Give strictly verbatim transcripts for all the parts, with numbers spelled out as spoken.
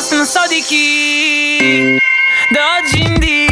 posto non so di chi. Da oggi in dì.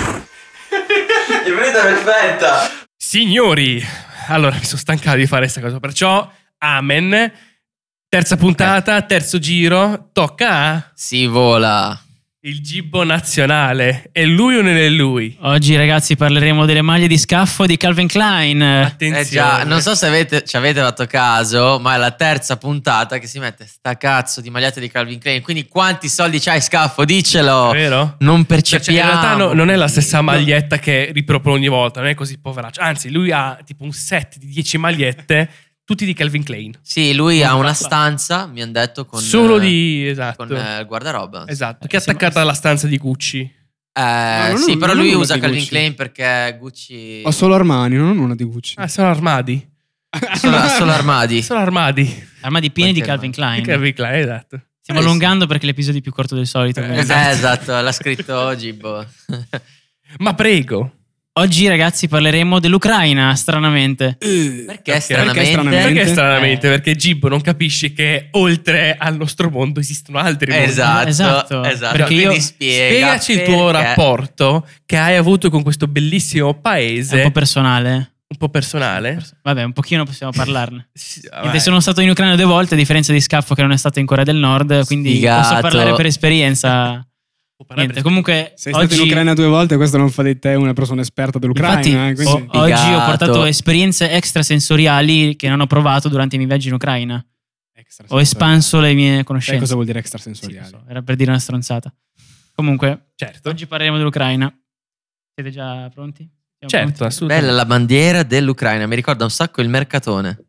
È venuta perfetta. Signori, allora mi sono stancato di fare questa cosa, perciò amen. Terza puntata, terzo giro, tocca a Si vola. il Gibbo nazionale. È lui o non è lui? Oggi ragazzi parleremo delle maglie di scaffo di Calvin Klein. Attenzione. Eh già, non so se avete, ci avete fatto caso, ma è la terza puntata che si mette sta cazzo di magliette di Calvin Klein. Quindi quanti soldi c'hai, Scaffo? Diccelo. Vero? Non Cioè, percepiamo. in realtà no, non è la stessa maglietta che ripropone ogni volta, non è così poveraccio. Anzi, lui ha tipo un set di dieci magliette, tutti di Calvin Klein. Sì, lui ha una basta. stanza, mi hanno detto, con Solo eh, di... Esatto. con eh, il guardaroba. Esatto, che è attaccata alla stanza di Gucci. Eh, non- sì, non- però non lui una usa di Calvin Gucci. Klein perché Gucci Ho solo Armani, non una di Gucci. Ah, sono armadi. solo, solo armadi. Sono armadi. Armadi pieni di Perché Calvin Klein. Calvin Klein, esatto. Stiamo Eh, sì. allungando perché l'episodio è più corto del solito. Eh, quindi. Esatto, esatto l'ha scritto Gibbo. Ma prego. Oggi ragazzi parleremo dell'Ucraina, stranamente. Perché Ok. stranamente? Perché stranamente? Perché stranamente? Eh. Perché Gibbo non capisce che oltre al nostro mondo esistono altri mondi. Esatto, Esatto, esatto. perché Quindi io- spiega Spiegaci il tuo perché- rapporto che hai avuto con questo bellissimo È paese, un po' personale. un po' personale. Vabbè, un pochino possiamo parlarne. Sì, Niente, vabbè. sono stato in Ucraina due volte, a differenza di Scaffo che non è stato in Corea del Nord, quindi Sfigato. posso parlare per esperienza. Può parlare Niente, per- comunque Sei oggi, stato in Ucraina due volte, questo non fa di te una persona esperta dell'Ucraina. infatti, eh, quindi- o- oggi ho Sfigato. portato esperienze extrasensoriali che non ho provato durante i miei viaggi in Ucraina. Ho Extrasensoriale. espanso le mie Sai conoscenze. cosa vuol dire Sì, extrasensoriale? lo so, era per dire una stronzata. Comunque, Certo, oggi parleremo dell'Ucraina. Siete già pronti? Siamo certo, pronti? assolutamente. Bella la bandiera dell'Ucraina, mi ricorda un sacco il mercatone.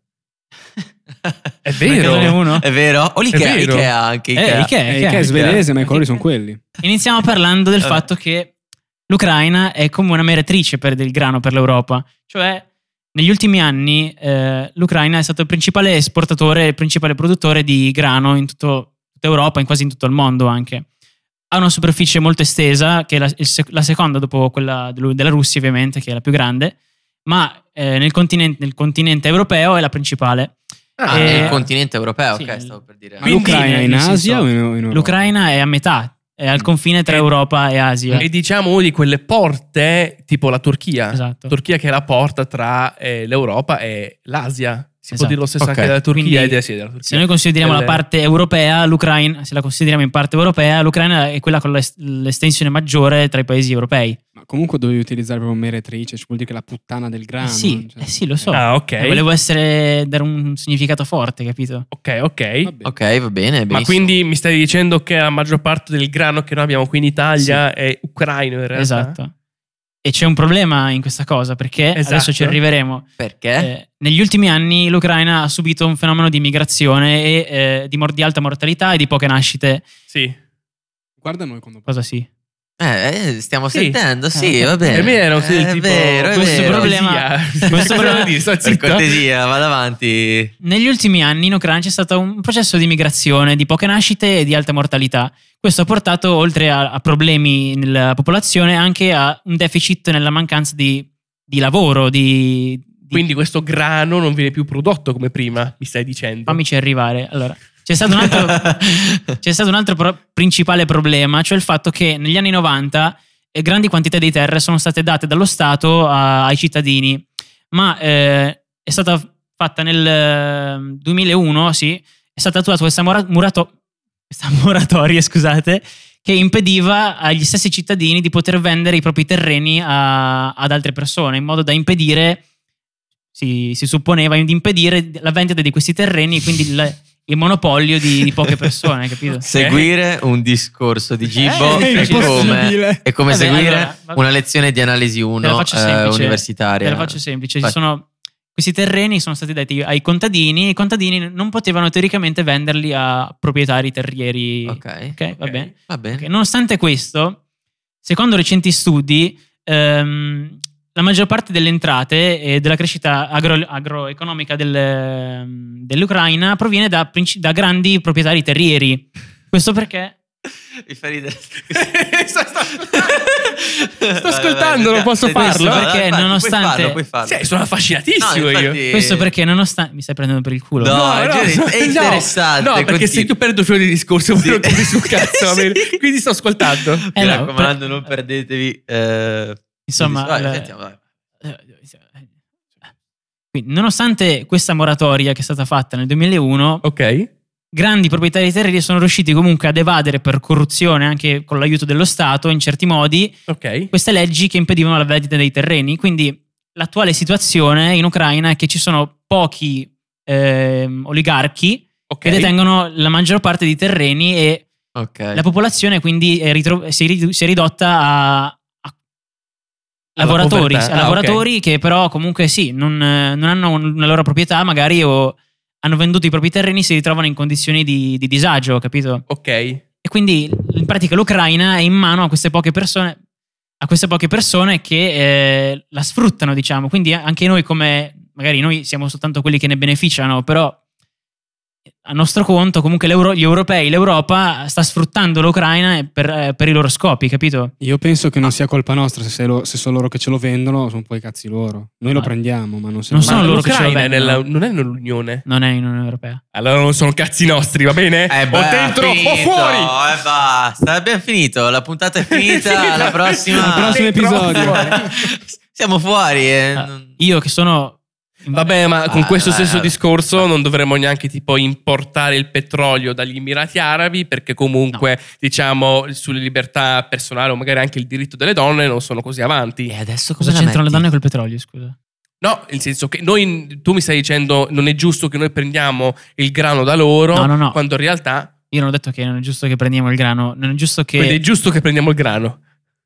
È Mercatone vero. uno? È vero? O l'Ikea, vero. Ikea anche Eh, Ikea. Ikea, Eh, Ikea. che è svedese, ma i colori Ikea. sono quelli. Iniziamo parlando del Vabbè. fatto che l'Ucraina è come una meretrice per del grano per l'Europa. Cioè, negli ultimi anni eh, l'Ucraina è stato il principale esportatore, il principale produttore di grano in tutto- tutta Europa, in quasi in tutto il mondo anche. Ha una superficie molto estesa, che è la, il sec- la seconda dopo quella dello- della Russia ovviamente, che è la più grande, ma eh, nel, continente, nel continente europeo è la principale. Ah, Eh, nel continente europeo, sì, ok, nel- stavo per dire. Ma Quindi, l'Ucraina è in nel Asia senso, o in, in Europa? L'Ucraina è a metà, è al confine tra E- Europa e Asia. E diciamo una di quelle porte, tipo la Turchia. Esatto. Turchia che è la porta tra eh, l'Europa e l'Asia. Si Esatto. può dire lo stesso Ok. anche della Turchia Quindi, e della, sì, della Turchia. Se noi consideriamo Delle- la parte europea, l'Ucraina, se la consideriamo in parte europea, l'Ucraina è quella con l'est- l'estensione maggiore tra i paesi europei. Ma comunque dovevi utilizzare proprio meretrice, ci vuol dire che la puttana del grano. Eh sì, cioè- eh sì, lo so. Ah, ok. Eh, volevo essere dare un significato forte, capito? Ok, ok. Vabbè. Ok, va bene, Ma benissimo. quindi mi stai dicendo che la maggior parte del grano che noi abbiamo qui in Italia è ucraino in realtà? Esatto. E c'è un problema in questa cosa, perché Esatto. adesso ci arriveremo. Perché? Eh, negli ultimi anni l'Ucraina ha subito un fenomeno di migrazione e eh, di, mor- di alta mortalità e di poche nascite. Sì. Guarda noi quando Cosa sì? Eh, eh, stiamo Sì. sentendo, sì, Eh, va bene. Per me era un Eh, tipo... È vero, è questo vero. problema- Cortesia. questo Cosa problema- devo dire? Sto Per zitto? cortesia, vada avanti. Negli ultimi anni in Ucraina c'è stato un processo di migrazione, di poche nascite e di alta mortalità. Questo ha portato, oltre a, a problemi nella popolazione, anche a un deficit nella mancanza di, di lavoro, di, di... Quindi questo grano non viene più prodotto come prima, mi stai dicendo? Fammici arrivare. Allora, c'è stato un altro, c'è stato un altro pro- principale problema, cioè il fatto che negli anni novanta eh, grandi quantità di terre sono state date dallo Stato a- ai cittadini, ma eh, è stata fatta nel eh, duemilauno, sì, è stata attuata questa, mora- murato- questa moratoria, scusate, che impediva agli stessi cittadini di poter vendere i propri terreni a- ad altre persone, in modo da impedire, si, si supponeva, di impedire la vendita di questi terreni e quindi il, il monopolio di, di poche persone, capito? Seguire un discorso di Gibbo Eh, è, è come, impossibile. è come Vabbè, seguire allora, vabbè. una lezione di analisi Te la uno faccio eh, semplice. universitaria. Te la faccio semplice. Ci Vai. sono, questi terreni sono stati dati ai contadini e i contadini non potevano teoricamente venderli a proprietari terrieri. Ok, Ok, va bene. va bene. Ok, nonostante questo, secondo recenti studi, ehm, la maggior parte delle entrate e della crescita agro- agroeconomica del- dell'Ucraina proviene da, princi- da grandi proprietari terrieri. Questo perché Mi fa ridere. sto, sto, sto ascoltando, non posso farlo. Questo perché Vai, nonostante- puoi farlo, puoi farlo. Sì, sono affascinatissimo No, io. infatti- Questo perché nonostante... Mi stai prendendo per il culo? No, No, è no, gene- no, è interessante. No, perché continua. se io perdo il filo di discorso, Sì. me lo tiri sul cazzo. va bene? Sì. Quindi sto ascoltando. Mi Eh no, raccomando, per- non perdetevi. eh, Insomma, vai, la- sentiamo, vai. Quindi, nonostante questa moratoria che è stata fatta nel duemilauno, Ok. grandi proprietari di terreni sono riusciti comunque ad evadere per corruzione, anche con l'aiuto dello Stato, in certi modi, Ok. queste leggi che impedivano la vendita dei terreni. Quindi l'attuale situazione in Ucraina è che ci sono pochi ehm, oligarchi Ok. che detengono la maggior parte dei terreni e Ok. la popolazione quindi è ritro- si, è rid- si è ridotta a, a Alla lavoratori, povertà. a Ah, lavoratori che però comunque sì, non, eh, non hanno una loro proprietà magari o hanno venduto i propri terreni, si ritrovano in condizioni di, di disagio, capito? Ok. E quindi in pratica l'Ucraina è in mano a queste poche persone, a queste poche persone che eh, la sfruttano, diciamo. Quindi anche noi, come magari noi siamo soltanto quelli che ne beneficiano, però a nostro conto comunque l'Euro- gli europei, l'Europa sta sfruttando l'Ucraina per, eh, per i loro scopi, capito? Io penso che non sia colpa nostra, se, se lo- se sono loro che ce lo vendono, sono poi i cazzi loro. Noi lo Ma- prendiamo, ma non non siamo sono Ma loro che ce lo l'Ucraina è vendono. nella- non è nell'Unione. Non è in Unione Europea. Allora non sono cazzi nostri, va bene? Eh o beh, dentro finito, o fuori. Eh basta, abbiamo finito. La puntata è finita. Alla prossima. Al prossimo Dentro o episodio. fuori. Siamo fuori. eh, Ah, non- io che sono... Vabbè, ma con Ah, questo eh, stesso vabbè. discorso non dovremmo neanche tipo importare il petrolio dagli Emirati Arabi, perché comunque diciamo sulle libertà personali o magari anche il diritto delle donne non sono così avanti. E adesso Cosa cosa c'entrano le metti? donne col petrolio, scusa? No, nel senso che noi, tu mi stai dicendo non è giusto che noi prendiamo il grano da loro, No, no, no. quando in realtà Io non ho detto che non è giusto che prendiamo il grano, non è giusto che... quindi è giusto che prendiamo il grano.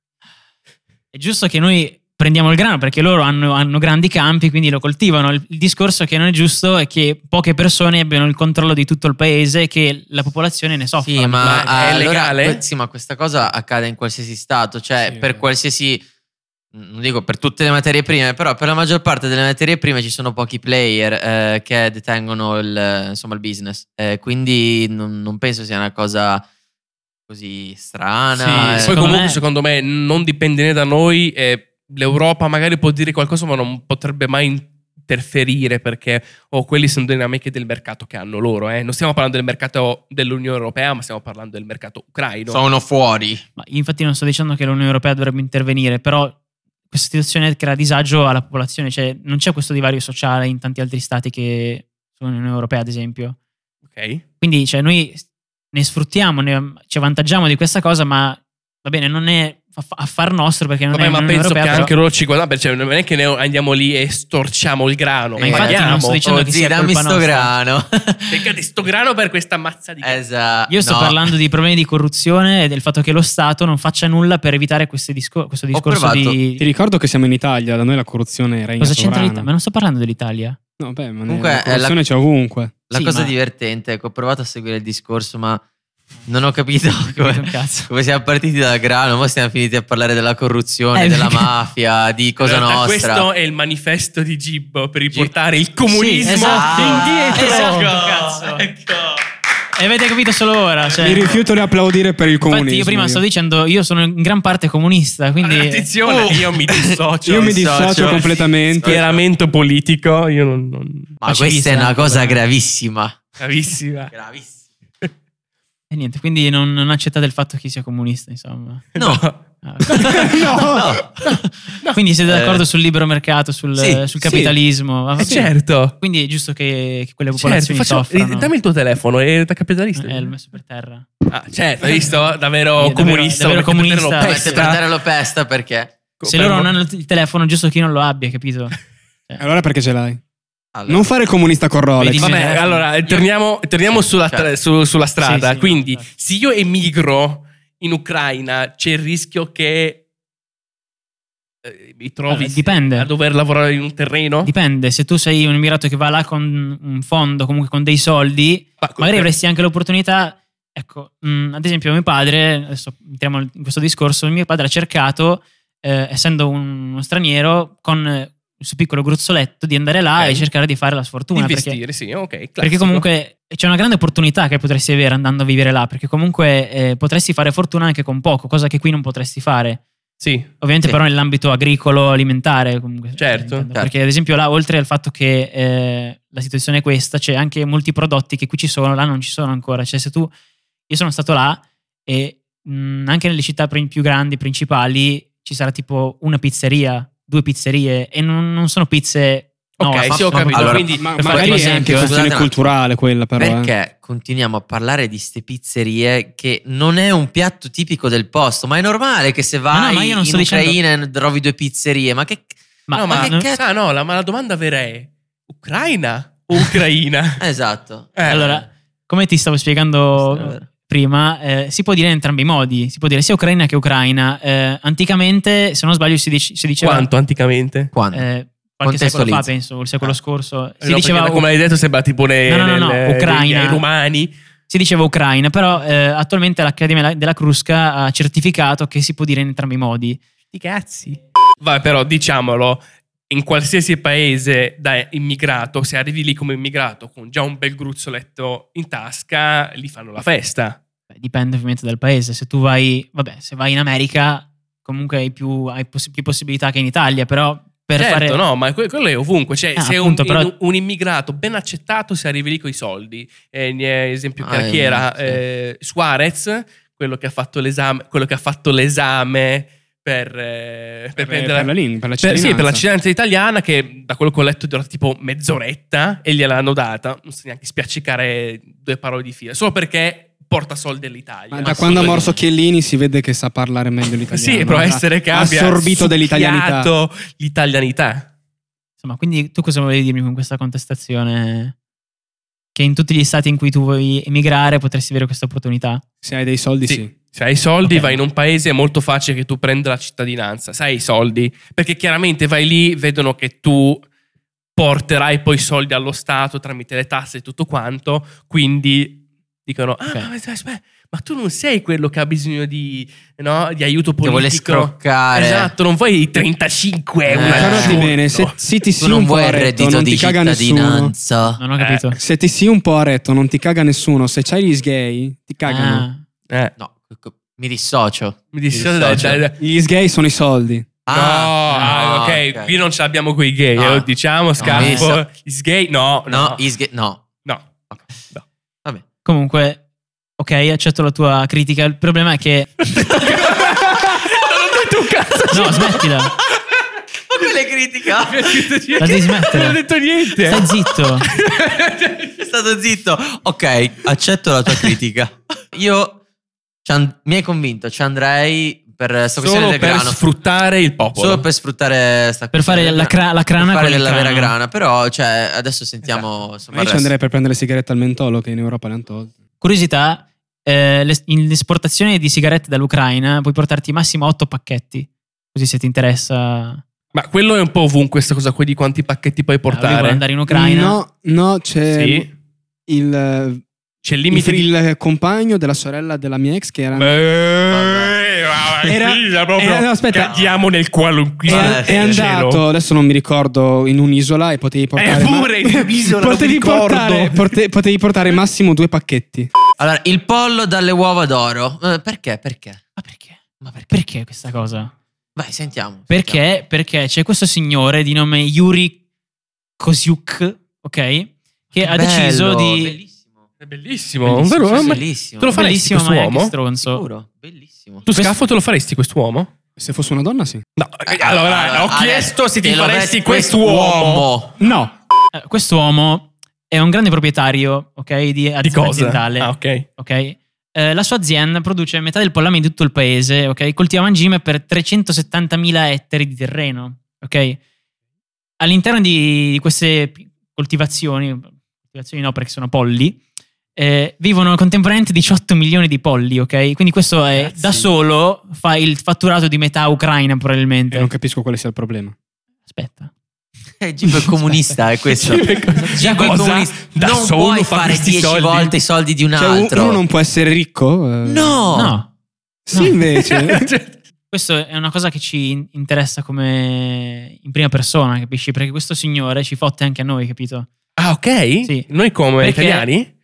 È giusto che noi prendiamo il grano perché loro hanno, hanno grandi campi, quindi lo coltivano. Il, il discorso che non è giusto è che poche persone abbiano il controllo di tutto il paese e che la popolazione ne soffra. Sì, ma, Ma è allora, legale? que- sì, ma questa cosa accade in qualsiasi stato, cioè Sì, per eh. qualsiasi, non dico per tutte le materie prime, però per la maggior parte delle materie prime ci sono pochi player eh, che detengono il, insomma, il business. Eh, quindi non, non penso sia una cosa così strana. Sì, eh. Poi secondo comunque me- secondo me non dipende né da noi e l'Europa magari può dire qualcosa ma non potrebbe mai interferire perché oh, quelli sono dinamiche del mercato che hanno loro. Eh. Non stiamo parlando del mercato dell'Unione Europea, ma stiamo parlando del mercato ucraino. Sono fuori. Ma infatti non sto dicendo che l'Unione Europea dovrebbe intervenire, però questa situazione crea disagio alla popolazione, cioè non c'è questo divario sociale in tanti altri stati che sono l'Unione Europea, ad esempio. Ok. Quindi cioè, noi ne sfruttiamo, ne, ci avvantaggiamo di questa cosa, ma va bene, non è affar nostro perché non Vabbè, è ma l'Unione penso Europea, che però- anche loro ci guardano, cioè non è che ne andiamo lì e storciamo il grano. Ma infatti paghiamo. non sto dicendo Oh, che zii, sia dammi colpa sto nostra. grano. Peccati sto grano per questa mazza di Esatto. Io sto no. parlando di problemi di corruzione e del fatto che lo Stato non faccia nulla per evitare questi discor- questo discorso provato. di... Ti ricordo che siamo in Italia, da noi la corruzione regna Cosa c'entra sovrana. l'Italia? Ma non sto parlando dell'Italia. No, beh, ma ne- Comunque, la è corruzione la- c'è ovunque. La Sì, cosa ma- divertente è che ho provato a seguire il discorso, ma non ho capito capito come, un cazzo. come siamo partiti dal grano. Poi siamo finiti a parlare della corruzione, Eh, della perché- mafia, di cosa Guarda, nostra. Questo è il manifesto di Gibbo per Gib- riportare il comunismo Sì, esatto. indietro. Esatto, Ecco, cazzo. ecco. E avete capito solo ora. Cioè, Mi rifiuto di applaudire per il comunismo. infatti io prima stavo dicendo, io sono in gran parte comunista, quindi... Attenzione, Oh. io mi dissocio. Io mi dissocio. dissocio completamente. Schieramento politico, io non... non... Ma Facilista, questa è una anche, cosa però. gravissima. Bravissima. Gravissima. E niente, quindi non, non accettate il fatto che sia comunista, insomma. No. Ah, ok. no. Quindi siete d'accordo Eh. sul libero mercato, sul, Sì, sul sì. capitalismo? Ah, Eh, sì. certo. Quindi è giusto che, che quelle Certo, popolazioni facciamo- soffrano. eh, dammi il tuo telefono, è da capitalista. Eh, l'ho messo per terra. Ah, certo, hai visto? Davvero Sì, davvero- comunista. davvero lo metti per comunista. terra, lo Mette per pesta. terra lo pesta perché? Se loro non hanno il telefono, giusto chi non lo abbia, capito? Allora perché ce l'hai? Allora, Non fare il comunista con Rolex. Vedi- Vabbè, Io- allora torniamo, torniamo sulla, Cioè, tra- su- sulla strada. sì, sì, Quindi, no, certo. se io emigro in Ucraina, c'è il rischio che eh, mi trovi Allora, dipende. a dover lavorare in un terreno? Dipende, se tu sei un immigrato che va là con un fondo, comunque con dei soldi, Ma- magari avresti anche l'opportunità. Ecco, mh, ad esempio, mio padre, adesso entriamo in questo discorso. Mio padre ha cercato, eh, essendo un- uno straniero, con il suo piccolo gruzzoletto, di andare là Ok. e cercare di fare la sfortuna. Perché, Investire, sì, ok. perché classico. comunque c'è una grande opportunità che potresti avere andando a vivere là, perché comunque eh, potresti fare fortuna anche con poco, cosa che qui non potresti fare. Sì. Ovviamente Sì. però nell'ambito agricolo, alimentare comunque. Certo, Perché certo. ad esempio là, oltre al fatto che eh, la situazione è questa, c'è anche molti prodotti che qui ci sono, là non ci sono ancora. Cioè se tu, io sono stato là e mh, anche nelle città prin- più grandi, principali, ci sarà tipo una pizzeria, due pizzerie e non, non sono pizze. No, Ok, ma- sì, ho ma- capito. allora, Quindi Ma per magari farti è un anche esempio, questione scusate un culturale quella però. eh. Perché continuiamo a parlare di ste pizzerie che non è un piatto tipico del posto, ma è normale che se vai no, ma io non in sto dicendo- Ucraina e trovi due pizzerie, ma che... ma- no, ma ma, che non- cazzo- ah, no, la, ma la domanda vera è Ucraina o Ucraina? Esatto. Eh. Allora, come ti stavo Questo è spiegando vero. prima, eh, si può dire in entrambi i modi, si può dire sia ucraina che ucraina. Eh, anticamente, se non sbaglio, si, dice- si diceva Quanto anticamente? Quando? eh, qualche secolo fa, Contestualizza. penso, il secolo Ah. scorso, si No, diceva perché come hai detto sembra tipo ne, No, no, no, no, nel- Ucraina. dei romani. si diceva ucraina, però eh, attualmente l'Accademia della Crusca ha certificato che si può dire in entrambi i modi. Sti cazzi. Vai, però diciamolo, in qualsiasi paese da immigrato, se arrivi lì come immigrato con già un bel gruzzoletto in tasca, lì fanno la festa. Beh, dipende ovviamente dal paese. Se tu vai, vabbè, se vai in America, comunque hai più, hai poss- più possibilità che in Italia, però per certo, fare... no, ma que- quello è ovunque. Cioè, Ah, se appunto, un, però- un- un immigrato ben accettato, se arrivi lì con i soldi. Eh, ne- esempio, Ah, chi era? sì. Eh, Suarez, quello che ha fatto l'esame, quello che ha fatto l'esame per, eh, per Per, prendere per la lingua, per la per, sì, per la cittadinanza. cittadinanza italiana, che da quello che ho letto dura tipo mezz'oretta e gliel'hanno data. Non so neanche spiaccicare due parole di fila, solo perché porta soldi all'Italia. Ma da quando ha morso Chiellini si vede che sa parlare meglio l'italiano. Sì, può Ha- essere che ha abbia assorbito dell'italianità. succhiato l'italianità. Insomma, quindi tu cosa volevi dirmi con questa contestazione? Che in tutti gli stati in cui tu vuoi emigrare potresti avere questa opportunità? Se hai dei soldi, sì. Sì. Se hai i soldi, Ok. vai in un paese, è molto facile che tu prenda la cittadinanza. Se hai i soldi, perché chiaramente vai lì, vedono che tu porterai poi soldi allo Stato tramite le tasse e tutto quanto, quindi dicono: ah, Ok. ma, aspetta, ma tu non sei quello che ha bisogno di, no, di aiuto Che politico. vuole scroccare. Esatto, non vuoi i trentacinque Eh. euro. al Ricordati giorno. bene, se, se ti Tu sì non un po' vuoi a il retto, reddito non di ti caga nessuno. cittadinanza. Non ho Eh. capito. Se ti sì un po' a retto, non ti caga nessuno. Se c'hai gli sgay, ti cagano. Ah, Eh, No, mi dissocio. mi dissocio dai, dissocio. dai- Gli sgay sono i soldi. No, Ah, ah, ok, ok. qui non ce l'abbiamo con i gay, No. eh, diciamo, Scarpo, No. gli gay, no, no, No, is- no. no. Ok. No. Vabbè. comunque, ok, accetto la tua critica. Il problema è che... Non ho detto un cazzo. No, smettila. Ma quelle critica? La devi smettere. Non ho detto niente. Stai zitto. È stato zitto. Ok, accetto la tua critica. Io ci and- mi hai convinto, ci andrei per sta questione Solo del per grano. sfruttare il popolo. Solo per sfruttare sta Per fare questione la, del cra- la crana per fare con il della vera crano. grana. Però, cioè, adesso sentiamo. Esatto. Insomma, Ma io il ci resto. andrei per prendere le sigarette al mentolo che in Europa le hanno tolte. Curiosità, eh, l'es- in l'esportazione di sigarette dall'Ucraina puoi portarti massimo otto pacchetti. Così se ti interessa... Ma quello è un po' ovunque questa cosa qui di quanti pacchetti puoi Ah, lui vuole portare. andare in Ucraina. No, no, c'è Sì. il, C'è il il, limite di... il compagno della sorella della mia ex che era... Beh, Era- era proprio era- no, aspetta. cadiamo nel È, qualunquismo. Eh, è sì, andato, adesso non mi ricordo, in un'isola e potevi portare... Eh, pure in un'isola, non mi potevi, ricordo. portare, porte- potevi portare massimo due pacchetti. Allora, il pollo dalle uova d'oro. Eh, perché? Perché? Ma perché? Ma perché? Perché questa cosa? Vai, sentiamo. Perché? Perché c'è questo signore di nome Yuri Kozyuk, ok? Che ha deciso di... Bellissimo. È bellissimo. Bellissimo, vero? Sì, Ma- bellissimo. te lo faresti Bellissimo, ma è anche quest'uomo? stronzo. Sicuro? Bellissimo. Tu, Questo- Scaffo, te lo faresti quest'uomo? Se fosse una donna, sì. No, allora, ho adesso, chiesto se ti te lo faresti vesti quest'uomo. No. Eh, quest'uomo è un grande proprietario, ok? Di Di azienda cosa? aziendale. Ah, ok. Ok? Eh, la sua azienda produce metà del pollame di tutto il paese, ok? Coltiva mangime per trecentosettantamila ettari di terreno, ok? All'interno di queste pi- coltivazioni, coltivazioni no perché sono polli, eh, vivono contemporaneamente diciotto milioni di polli, ok? Quindi questo è, Ragazzi. da solo fa il fatturato di metà Ucraina probabilmente. E non capisco quale sia il problema. Aspetta. Eh, Gimbo è comunista, è questo. Gimbo è cosa- Gimbo è cosa? comunista. Da non solo puoi fa fare questi dieci soldi? volte i soldi di un Cioè, un- altro. uno non può essere ricco? eh? No. No. Sì, invece. Cioè, Questo è una cosa che ci interessa come in prima persona, capisci? Perché questo signore ci fotte anche a noi, capito? ah, ok. Sì. Noi come Perché- italiani?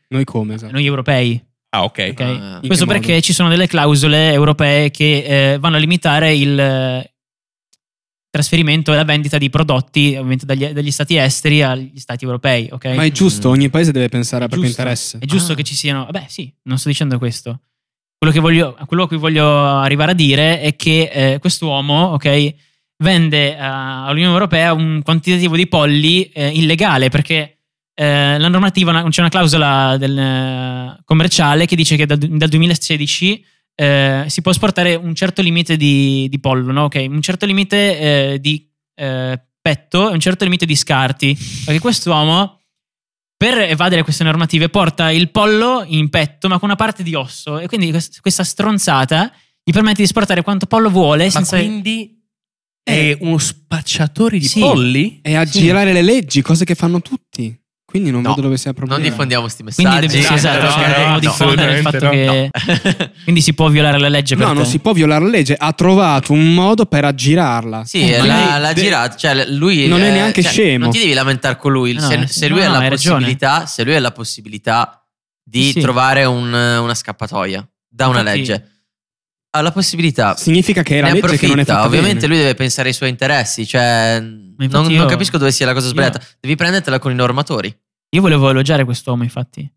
Noi come? Esatto. noi europei. Ah, ok. Ok? Ah. Questo che perché modo? ci sono delle clausole europee che eh, vanno a limitare il eh, trasferimento e la vendita di prodotti ovviamente dagli, dagli stati esteri agli stati europei. Ok? Ma è giusto, Mm. ogni paese deve pensare al È proprio giusto. interesse. È giusto Ah. che ci siano. Vabbè, sì, non sto dicendo questo. Quello che voglio, quello a cui voglio arrivare a dire è che eh, quest'uomo, ok, vende eh, all'Unione Europea un quantitativo di polli eh, illegale perché eh, la normativa, c'è una clausola del, eh, commerciale che dice che dal, dal duemilasedici eh, si può esportare un certo limite di, di pollo, no? Ok, un certo limite eh, di eh, petto e un certo limite di scarti. Perché quest'uomo, per evadere queste normative, porta il pollo in petto ma con una parte di osso, e quindi quest- questa stronzata gli permette di esportare quanto pollo vuole Ma senza... quindi è uno spacciatore di Sì. polli? E aggirare le leggi, cose che fanno tutti. Quindi non No, vedo dove sia il problema. Non diffondiamo questi Quindi messaggi. deve- sì, esatto, no, cioè, no, dobbiamo no, diffondere il fatto che No. quindi si può violare la legge per No, te. non si può violare la legge. Ha trovato un modo per aggirarla. Sì, Ma la, lei la de- girata, cioè lui Non è eh, neanche cioè, scemo. Non ti devi lamentare con lui. No, se, no, se no, lui no, ha la hai ragione. possibilità, se lui ha la possibilità di Sì. trovare un- una scappatoia da una Infatti- legge, ha la possibilità. Significa che è la ne legge che non è approfitta. fatta Ovviamente bene. lui deve pensare ai suoi interessi, cioè non, infatti non io- capisco dove sia la cosa io- sbagliata. Devi prendertela con i normatori. Io volevo elogiare quest'uomo, infatti.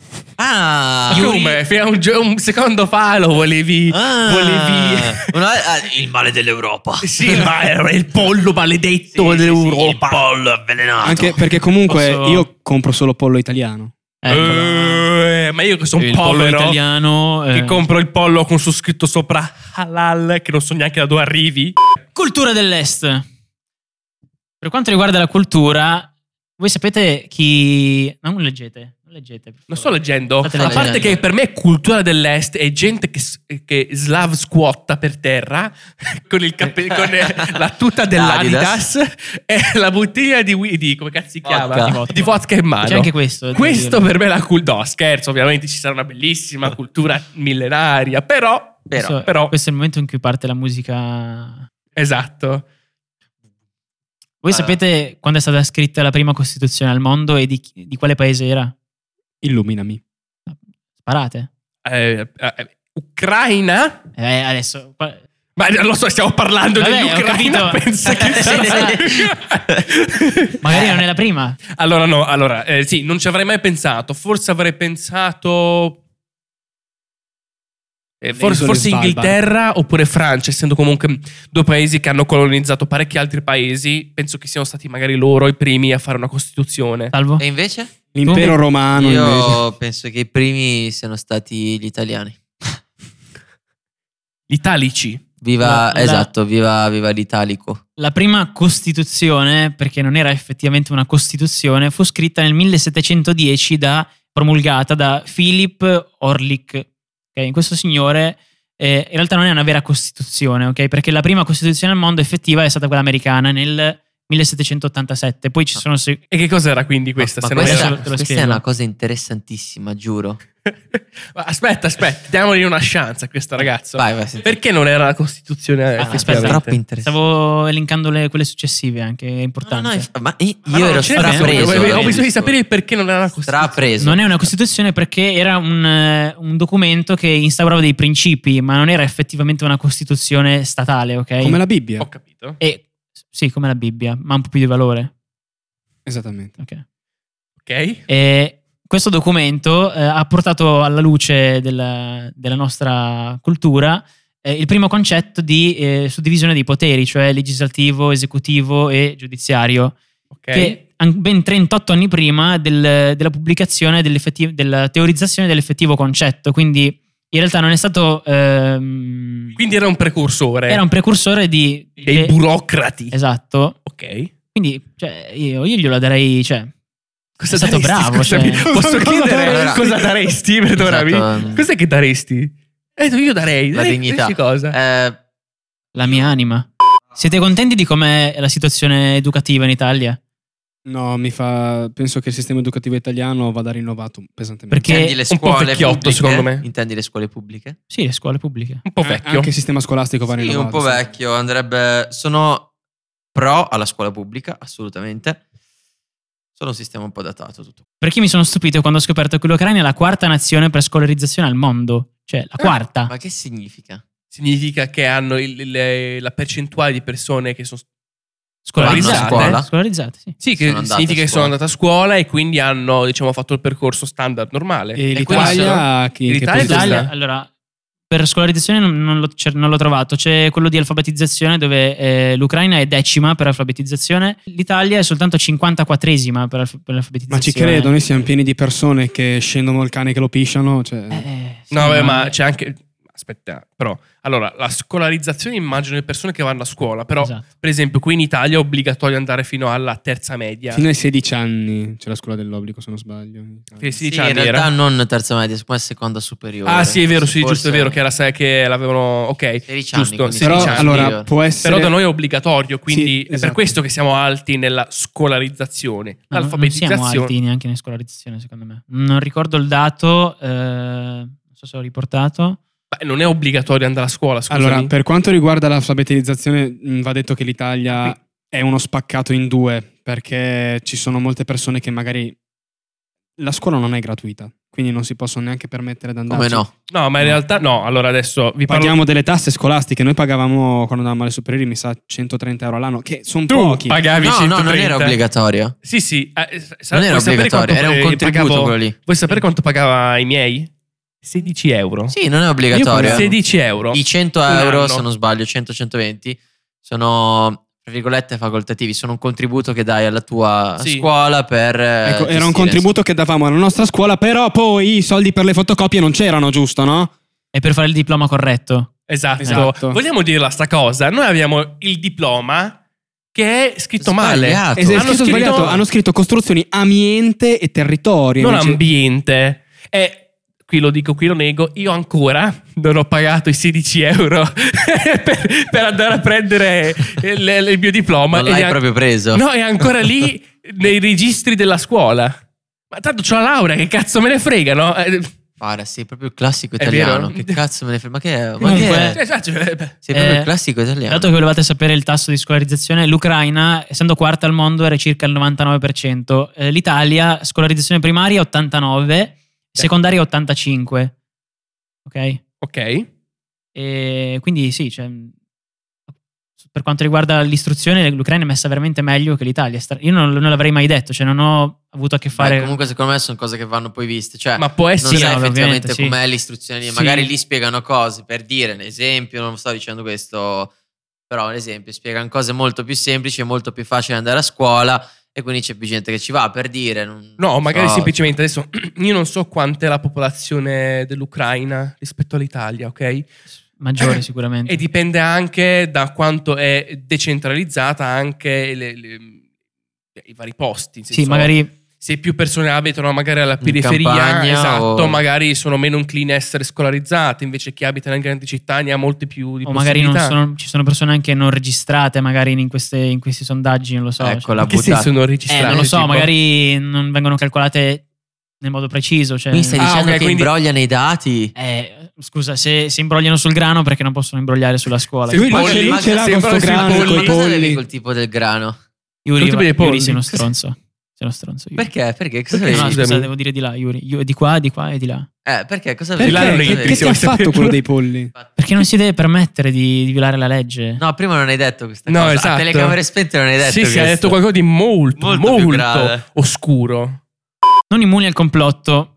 Ah, Ma come? Fino a un, gio- un secondo fa lo volevi... Ah. volevi... Una- ah, il male dell'Europa. Sì, ma era il pollo maledetto Sì, sì, dell'Europa. sì, il pollo avvelenato. Anche perché comunque Posso- io compro solo pollo italiano. Eccolo. Eh, ma io che sono il pollo povero, italiano. che eh. compro il pollo con su scritto sopra halal, che non so neanche da dove arrivi. Cultura dell'Est. Per quanto riguarda la cultura, voi sapete chi... No, non leggete. Non leggete. per Non favore. sto leggendo. State A parte leggendo. che per me è cultura dell'est è gente che, s- che slav squatta per terra con, il cappe- con eh, la tuta dell'Adidas e la bottiglia di, wi- di come cazzo si chiama? Vodka. Di vodka, di vodka in mano. C'è anche questo. devo Questo dire. per me è la cultura. No, scherzo, ovviamente ci sarà una bellissima cultura millenaria, però, Però, Questo- però, Questo è il momento in cui parte la musica. esatto. Voi Allora. sapete quando è stata scritta la prima Costituzione al mondo e di, chi- di quale paese era? Illuminami. Sparate. Eh, eh, Ucraina? Eh, adesso. qua- Ma non lo so, stiamo parlando Vabbè, ho dell'Ucraina. capito. Pensa che Sì, sarà. Magari non è la prima. Allora, no, allora, eh, sì, non ci avrei mai pensato. Forse avrei pensato. eh, Le forse isole forse Svalbard. Inghilterra oppure Francia, essendo comunque due paesi che hanno colonizzato parecchi altri paesi. Penso che siano stati magari loro i primi a fare una costituzione. Salvo. E invece? L'impero Tu? romano Io invece. penso che i primi siano stati gli italiani. Gli italici. Viva, La- la- esatto, viva, viva l'italico. La prima Costituzione, perché non era effettivamente una Costituzione, fu scritta nel millesettecentodieci da, promulgata da Philip Orlik. Ok, questo signore eh, in realtà non è una vera Costituzione, ok? Perché la prima Costituzione al mondo effettiva è stata quella americana nel millesettecentottantasette. Poi ci sono... se- E che cos'era quindi questa? Ma se non questa, era- te lo questa è spiego. una cosa interessantissima, giuro. Ma aspetta, aspetta, diamogli una chance a questo ragazzo. Vai, vai, senti. Perché non era la Costituzione? Ah, effettivamente? aspetta, troppo interessante. Stavo elencando le- quelle successive anche, è No, importante. no, inf- ma io, Ma io no, ero non ce n'è bisogno, strapreso. ho- Ho dal bisogno di discorso. sapere il perché non era la Costituzione. Strapreso. Non è una Costituzione perché era un, eh, un documento che instaurava dei principi, ma non era effettivamente una Costituzione statale, ok? Come la Bibbia. Ho capito. E, sì, come la Bibbia, ma un po' più di valore. Esattamente. Ok. Ok. E questo documento eh, ha portato alla luce della, della nostra cultura eh, il primo concetto di eh, suddivisione dei poteri, cioè legislativo, esecutivo e giudiziario, Ok. che an- ben trentotto anni prima del- della pubblicazione dell'effettiv- della teorizzazione dell'effettivo concetto. Quindi in realtà non è stato... ehm, Quindi era un precursore. era un precursore di... dei de- burocrati. Esatto. Ok. Quindi cioè, io, io glielo darei... Cioè, Cosa È stato daresti? bravo, Scusami, cioè. posso Cosa chiedere daresti? cosa daresti? Perdonami. Esatto. Cos'è che daresti? Eh, io darei. La darei dignità. qualsiasi cosa. Eh, la mia anima. Siete contenti di com'è la situazione educativa in Italia? No, mi fa. Penso che il sistema educativo italiano vada rinnovato pesantemente. Perché- intendi le un po' scuole vecchiotto, pubbliche? secondo me. Intendi le scuole pubbliche? Sì, le scuole pubbliche. Un po' Eh, vecchio. Anche il sistema scolastico va Sì, rinnovato. un po' sì. vecchio. Andrebbe. Sono pro alla scuola pubblica, assolutamente. Solo un sistema un po' datato tutto. Perché mi sono stupito quando ho scoperto che l'Ucraina è la quarta nazione per scolarizzazione al mondo. Cioè, la quarta. Ma che significa? Significa che hanno il- le- la percentuale di persone che sono Scolarizzate. Vanno a scuola? Scolarizzate, sì. sì, che Sono andate significa a che sono scuola. andate a scuola e quindi hanno, diciamo, fatto il percorso standard normale. E E quindi l'Italia chi, che l'Italia posizione dove L'Italia, sta? allora, per scolarizzazione non, non l'ho, cer- non l'ho trovato. C'è quello di alfabetizzazione dove eh, l'Ucraina è decima per alfabetizzazione. L'Italia è soltanto cinquantaquattresima per, alf- per l'alfabetizzazione. Ma ci credo, noi siamo pieni di persone che scendono il cane che lo pisciano. Cioè... Eh, sì, No, beh, ma c'è anche... Aspetta, però... Allora, la scolarizzazione immagino le persone che vanno a scuola, però Esatto. per esempio qui in Italia è obbligatorio andare fino alla terza media. Fino ai sedici anni c'è la scuola dell'obbligo, se non sbaglio. Che Sì, sedici in anni realtà era. non terza media, come seconda superiore. Ah sì, è vero, sì, Forse- giusto, è vero che era sai che l'avevano... Ok, sedici anni, giusto, quindi sedici Però anni. allora superiore. può essere. Però da noi è obbligatorio, quindi Sì, è per esatto. questo che siamo alti nella scolarizzazione. No, non- non L'alfabetizzazione... siamo alti neanche in scolarizzazione, secondo me. Non ricordo il dato, eh, non so se l'ho riportato. Beh, non è obbligatorio andare a scuola, scusami. Allora, per quanto riguarda l'alfabetizzazione, mh, va detto che l'Italia Ah, è uno spaccato in due, perché ci sono molte persone che magari la scuola non è gratuita, quindi non si possono neanche permettere di andarci. Come no? No, ma in realtà no. Allora adesso vi parlo... Paghiamo delle tasse scolastiche, noi pagavamo quando andavamo alle superiori mi sa centotrenta euro all'anno, che sono Tu pochi. pagavi No, no, non centotrenta. era obbligatorio. Sì, sì. eh, sa- Non era vuoi sapere obbligatorio, quanto, era un eh, contributo pagavo- quello lì. Vuoi sapere quanto pagava i miei? sedici euro. Sì, non è obbligatorio. Io sedici euro. I cento Un euro, anno. se non sbaglio, cento centoventi, sono, tra virgolette, facoltativi. Sono un contributo che dai alla tua Sì. scuola per... eh, Ecco, era gestire, un contributo che davamo alla nostra scuola, però poi i soldi per le fotocopie non c'erano, giusto, no? È per fare il diploma corretto. Esatto. Esatto. Vogliamo dirla sta cosa? Noi abbiamo il diploma che è scritto male. Sbagliato. E se è Hanno scritto scritto- sbagliato, hanno scritto costruzioni, ambiente e territorio. Non invece- ambiente. E qui lo dico, qui lo nego, io ancora non ho pagato i sedici euro per, per andare a prendere il, il mio diploma. Non Ed l'hai è an- proprio preso. No, è ancora lì nei registri della scuola. Ma tanto c'ho la laurea, che cazzo me ne frega, no? Eh, Guarda, sei proprio il classico È italiano. vero? Che cazzo me ne frega? Ma che è? Ma Comunque- che è? cioè, cioè, cioè, beh, Sei proprio Eh, il classico italiano. Dato che volevate sapere il tasso di scolarizzazione, l'Ucraina, essendo quarta al mondo, era circa il novantanove per cento. Eh, L'Italia, scolarizzazione primaria ottantanove, secondaria ottantacinque. Ok? ok. E quindi sì, cioè, per quanto riguarda l'istruzione, l'Ucraina è messa veramente meglio che l'Italia. Stra- Io non, non l'avrei mai detto, cioè non ho avuto a che Beh, fare. comunque secondo me sono cose che vanno poi viste. Cioè, Ma può non essere... sai no, effettivamente ovviamente, sì. com'è l'istruzione lì. Sì. Magari lì spiegano cose, per dire, un esempio, non sto dicendo questo, però un esempio, spiegano cose molto più semplici, è molto più facile andare a scuola e quindi c'è più gente che ci va, per dire. non- No, non magari so. semplicemente adesso io non so quanta è la popolazione dell'Ucraina rispetto all'Italia, ok? Maggiore sicuramente. E dipende anche da quanto è decentralizzata anche le- le- i vari posti. nel Sì, senso, magari se più persone abitano magari alla In periferia, campagna esatto, o- magari sono meno incline a essere scolarizzate, invece chi abita nelle grandi città ne ha molte più di o magari non possibilità. sono, ci sono persone anche non registrate magari in, queste- in questi sondaggi, non lo so. Ecco, cioè. la In che buttata. senso non Eh, registrate? non lo so, tipo? magari non vengono calcolate nel modo preciso. Cioè, Quindi stai Ah, dicendo ok, che quindi- imbrogliano i dati? eh, scusa, se si imbrogliano sul grano, perché non possono imbrogliare sulla scuola? Se Lui polli, dice lì ma ce l'ha sembra con sto sui grano, polli. coi Cosa avevi polli. col tipo del grano? Yuri, Tutti va- dei polli. Yuri sei uno stronzo. Sei uno stronzo. Yuri. Perché? Perché? Cosa Perché No, no, avevi? scusami? scusa, devo dire di là, Yuri. Io- di qua, di qua e di là. Eh, perché? Cosa Perché? Là non avevi? è Che, in che ti ha prigione, fatto quello dei polli? Perché non si deve permettere di, di violare la legge. No, prima non hai detto questa No, cosa. esatto. A telecamere spente non hai detto Sì, sì, questo. ha detto qualcosa di molto, Molto molto, più grave. oscuro. Non immuni al complotto.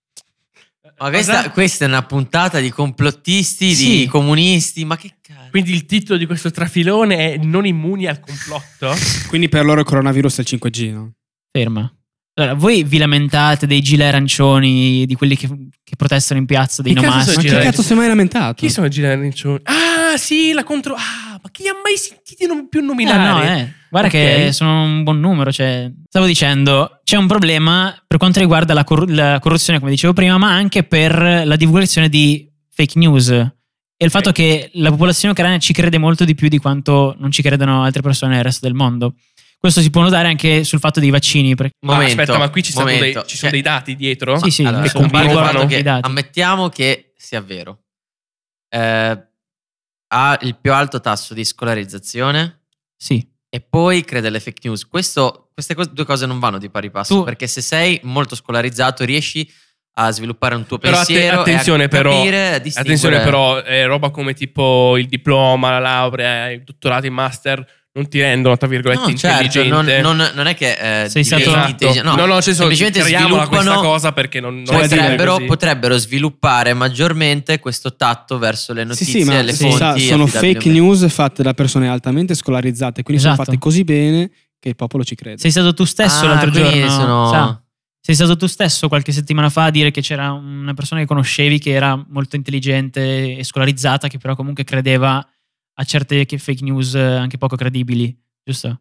Ma questa, questa è una puntata di complottisti, Sì. di comunisti, ma che cazzo? Quindi il titolo di questo trafilone è Non immuni al complotto? Quindi per loro il coronavirus è il cinque G, no? Ferma. Allora, voi vi lamentate dei gilet arancioni, di quelli che, che protestano in piazza, dei Che cazzo nomadi. sono Ma che girati? cazzo sei mai lamentato? Chi sono i Gilearancioni? Ah, sì, la contro... Ah, ma chi li ha mai sentiti non più Eh, nominare? no, eh. Guarda Ok. che sono un buon numero. Cioè, stavo dicendo, c'è un problema per quanto riguarda la, corru- la corruzione, come dicevo prima, ma anche per la divulgazione di fake news. E il fatto che la popolazione ucraina ci crede molto di più di quanto non ci credano altre persone nel resto del mondo. Questo si può notare anche sul fatto dei vaccini. perché- Ma Momento, aspetta, ma qui ci, sono dei, momento. ci sono Cioè- dei dati dietro? Sì, sì, Allora, che sono a parte il comprovano fatto che i dati. ammettiamo che sia vero. Eh, ha il più alto tasso di scolarizzazione Sì. e poi crede alle fake news. Questo queste cose, due cose non vanno di pari passo, Tu- perché se sei molto scolarizzato riesci a sviluppare un tuo Però atte- pensiero attenzione e a però, capire, a distinguere. attenzione però, eh, roba come tipo il diploma, la laurea, il dottorato, il master non ti rendono, tra virgolette, No, certo, intelligente. non, non- non è che eh, Sei stato- diventi Esatto. intelligente, No, no, cioè, sono- semplicemente chiariamola questa sviluppano, cosa perché non, non Cioè, è dire potrebbero, così. potrebbero sviluppare maggiormente questo tatto verso le Sì, notizie sì, e ma le si fonti sa, sono fake affidabilimente. news fatte da persone altamente scolarizzate, quindi sono Esatto. fatte così bene che il popolo ci crede. Sei stato tu stesso Ah, l'altro quindi giorno. sono- sa? Sei stato tu stesso qualche settimana fa a dire che c'era una persona che conoscevi che era molto intelligente e scolarizzata, che però comunque credeva a certe che- fake news eh, anche poco credibili, giusto?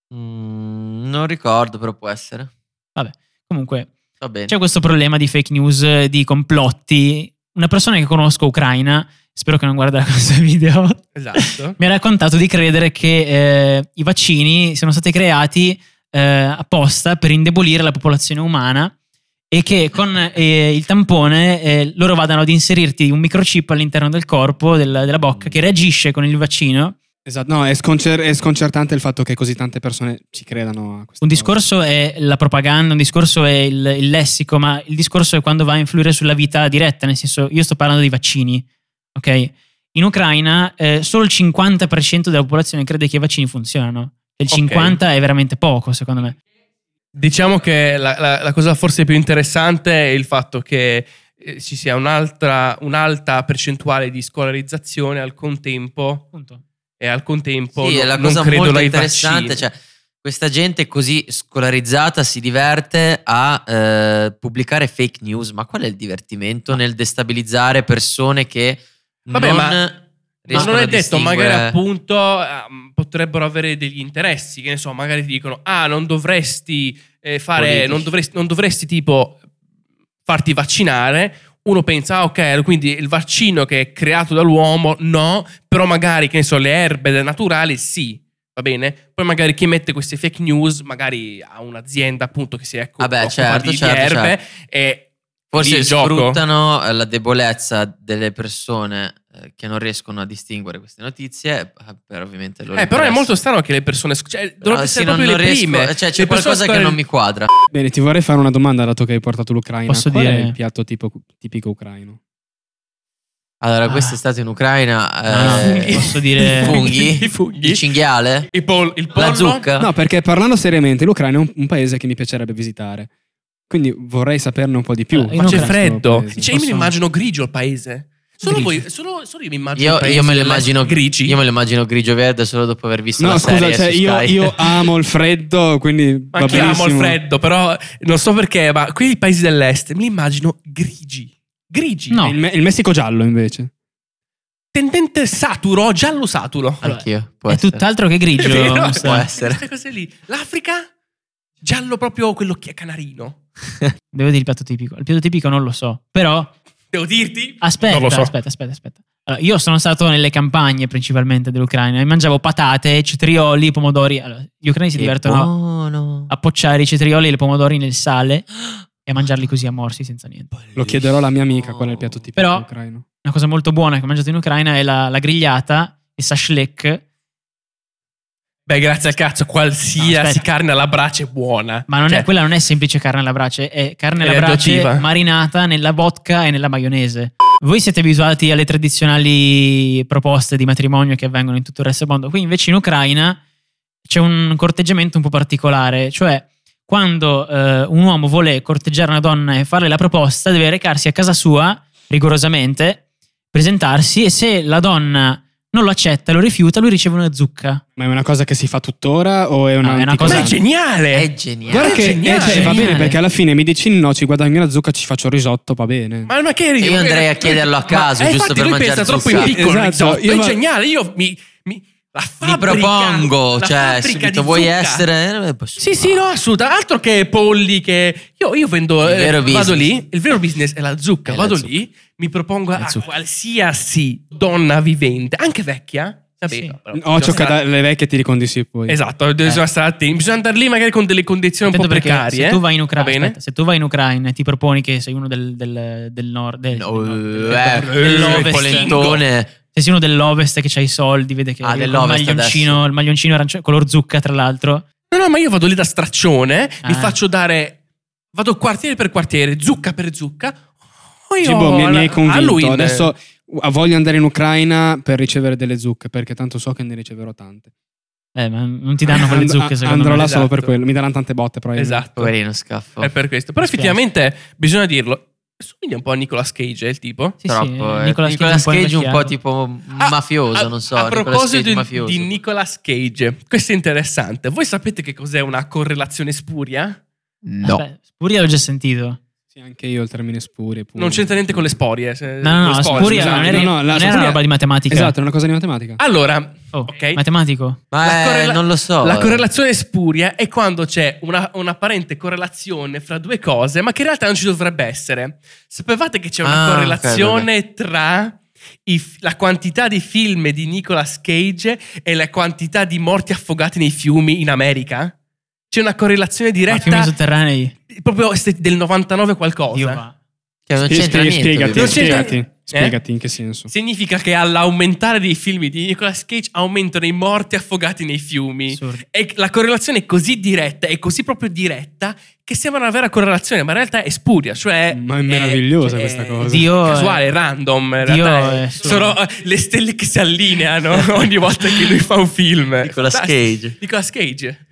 Mm, non ricordo, però può essere. Vabbè, comunque Va bene. c'è questo problema di fake news, eh, di complotti. Una persona che conosco ucraina, spero che non guarderà questo video, Esatto. mi ha raccontato di credere che eh, i vaccini siano stati creati eh, apposta per indebolire la popolazione umana e che con eh, il tampone eh, loro vadano ad inserirti un microchip all'interno del corpo, del- della bocca, che reagisce con il vaccino. Esatto, no, è, sconcer- è sconcertante il fatto che così tante persone ci credano a questa Un cosa. discorso è la propaganda, un discorso è il, il lessico, ma il discorso è quando va a influire sulla vita diretta, nel senso, io sto parlando di vaccini, ok? In Ucraina eh, solo il cinquanta per cento della popolazione crede che i vaccini funzionano. Il Ok. cinquanta è veramente poco, secondo me. Diciamo che la, la- la cosa forse più interessante è il fatto che eh, ci sia un'altra, un'alta percentuale di scolarizzazione al contempo Punto. e al contempo Sì, no- è la non cosa credono molto ai interessante, vaccini. cioè questa gente così scolarizzata si diverte a eh, pubblicare fake news, ma qual è il divertimento nel destabilizzare persone che Vabbè, non ma- Ma riescono non è a detto, distinguere- magari appunto ehm, potrebbero avere degli interessi, che ne so, magari ti dicono ah non dovresti eh, fare, Politici. non dovresti, non dovresti tipo farti vaccinare. Uno pensa, ah, ok, quindi il vaccino che è creato dall'uomo, no, però magari, che ne so, le erbe naturali, sì, va bene? Poi magari chi mette queste fake news, magari ha un'azienda appunto che si è Vabbè, occupa certo, di, certo, di erbe certo. e Forse lì il gioco. sfruttano eh, la debolezza delle persone eh, che non riescono a distinguere queste notizie eh, per ovviamente il loro Eh, però è interesse. molto strano che le persone, cioè, Però dovrebbero sì, essere non- proprio non le riesco- prime. cioè, c'è Le persone qualcosa che scolari- non mi quadra. Bene, ti vorrei fare una domanda dato che hai portato l'Ucraina. Posso Qual dire- è il piatto tipo, tipico ucraino? Allora, Ah. questo è stato in Ucraina. Ah, eh, posso dire- i funghi? I funghi. Il cinghiale? Il, pol- il pollo. La zucca? No, perché parlando seriamente, l'Ucraina è un, un paese che mi piacerebbe visitare. Quindi vorrei saperne un po' di più. Allora, io Ma non c'è credo freddo. paese. Cioè, io mi Posso- immagino grigio il paese. Solo, Grigio. voi, solo, solo io mi immagino Io, il paese io me lo dell'est immagino grigi. Io me lo immagino grigio-verde solo dopo aver visto No, la scusa, serie cioè, su io, Sky. io amo il freddo, quindi Ma va anche io amo il benissimo. freddo, però non so perché, ma quei paesi dell'est me li immagino grigi. Grigi. No. Il, Me- il Messico giallo, invece. Tendente saturo, giallo saturo. Allora, Anch'io, può è essere. tutt'altro che grigio. È vero? non so. Può essere. Queste cose lì. L'Africa, giallo proprio quello che è canarino. Devo dire il piatto tipico. Il piatto tipico non lo so, però Devo dirti? aspetta, Non lo so. aspetta, aspetta, aspetta. Allora, io sono stato nelle campagne principalmente dell'Ucraina e mangiavo patate, cetrioli, pomodori. Allora, gli ucraini si Che divertono buono. a pocciare i cetrioli e i pomodori nel sale e a mangiarli così a morsi senza niente. Lo chiederò alla mia amica qual è il piatto tipico Però- ucraino. Una cosa molto buona che ho mangiato in Ucraina è la, la grigliata, il sashlik, Beh, grazie al cazzo, No, qualsiasi aspetta. carne alla brace è buona. ma non Cioè, è, quella non è semplice carne alla brace, è carne È alla brace radioattiva. marinata nella vodka e nella maionese. Voi siete abituati alle tradizionali proposte di matrimonio che avvengono in tutto il resto del mondo. Qui invece in Ucraina c'è un corteggiamento un po' particolare, cioè quando eh, un uomo vuole corteggiare una donna e farle la proposta deve recarsi a casa sua rigorosamente, presentarsi e se la donna non lo accetta, lo rifiuta, lui riceve una zucca. Ma è una cosa che si fa tuttora o è una No, è una Ma cosa- è geniale! È geniale. Guarda è che geniale. eh, cioè, va Geniale. bene perché alla fine mi dici no, ci guadagni la zucca, ci faccio il risotto, va bene. Ma, ma che Io andrei a chiederlo a caso, Ma- eh, giusto infatti per lui mangiare pensa troppo zucca. in piccolo. Esatto, risotto. io è va- geniale. Io mi, mi la Mi fabbrica, propongo, la cioè, fabbrica subito di vuoi zucca. essere? Eh, posso- Sì, sì, no, assolutamente. Altro che polli che io, io vendo, Il eh, vero vado business. lì, il vero business è la zucca, È la vado zucca. lì, mi propongo La a zucca. qualsiasi donna vivente, anche vecchia, sapete, Sì. no, però Occhio bisogna che stare- da- le vecchie ti ricondissi poi. Esatto, bisogna stare attenti, bisogna andare lì magari con delle condizioni un po' Attento perché precarie. se tu vai in va Ucraina, bene? aspetta, se tu vai in Ucraina e ti proponi che sei uno del, del, del nord, del, No, del nord, eh, del- il dell'ovest, polentone. se sei uno dell'ovest che c'hai i soldi, vede che Ah, arriva dell'ovest il maglioncino, adesso. il maglioncino arancio- color zucca tra l'altro. No, no, ma io vado lì da straccione, Ah. mi faccio dare, vado quartiere per quartiere, zucca per zucca. Oh, io Cibo, mi, mi hai convinto. Halloween. Adesso voglio andare in Ucraina per ricevere delle zucche, perché tanto so che ne riceverò tante. Eh, ma non ti danno quelle And- zucche, secondo Andrò me. là solo Esatto. per quello. Mi daranno tante botte, probabilmente. Esatto. Poverino scaffo. È per questo. Però Mi spiace. effettivamente bisogna dirlo. Somiglia un po' a Nicolas Cage, eh, il tipo. Sì, Troppo. sì, eh. Nicolas Nicolas Cage Cage un un po' po' tipo Ah, mafioso, a- non so. A Nicolas proposito Cage di, mafioso. di Nicolas Cage, questo è interessante. Voi sapete che cos'è una correlazione spuria? No. Aspetta, Spuria l'ho già sentito. Sì, anche io il termine spurie. pure. Non c'entra niente con le sporie. se- No, no, no, con le la sporie, Spuria scusate. non era, No, no, la non era Spuria- una roba di matematica. Esatto, è una cosa di matematica. Allora, Oh, ok. matematico. Ma La eh, correla- non lo so. La correlazione spuria è quando c'è una, un'apparente correlazione fra due cose, ma che in realtà non ci dovrebbe essere. Sapevate che c'è una Ah, correlazione tra i f- la quantità di film di Nicolas Cage e la quantità di morti affogati nei fiumi in America? C'è una correlazione Ma fiumi diretta sotterranei. proprio este- del novantanove qualcosa. Dio, va. Che non Spie- c'entra spie- niente. spiegati, Non c'entra- spiegati, Eh? spiegati in che senso. Significa che all'aumentare dei film di Nicolas Cage aumentano i morti affogati nei fiumi. Assurdo. E la correlazione è così diretta, è così proprio diretta, che sembra una vera correlazione, ma in realtà è spuria. Cioè Ma è meravigliosa è- questa cosa. Dio casuale, è- random. In Dio realtà è- è assurdo. sono eh, le stelle che si allineano ogni volta che lui fa un film. Nicolas Fantastico. Cage. Nicolas Cage.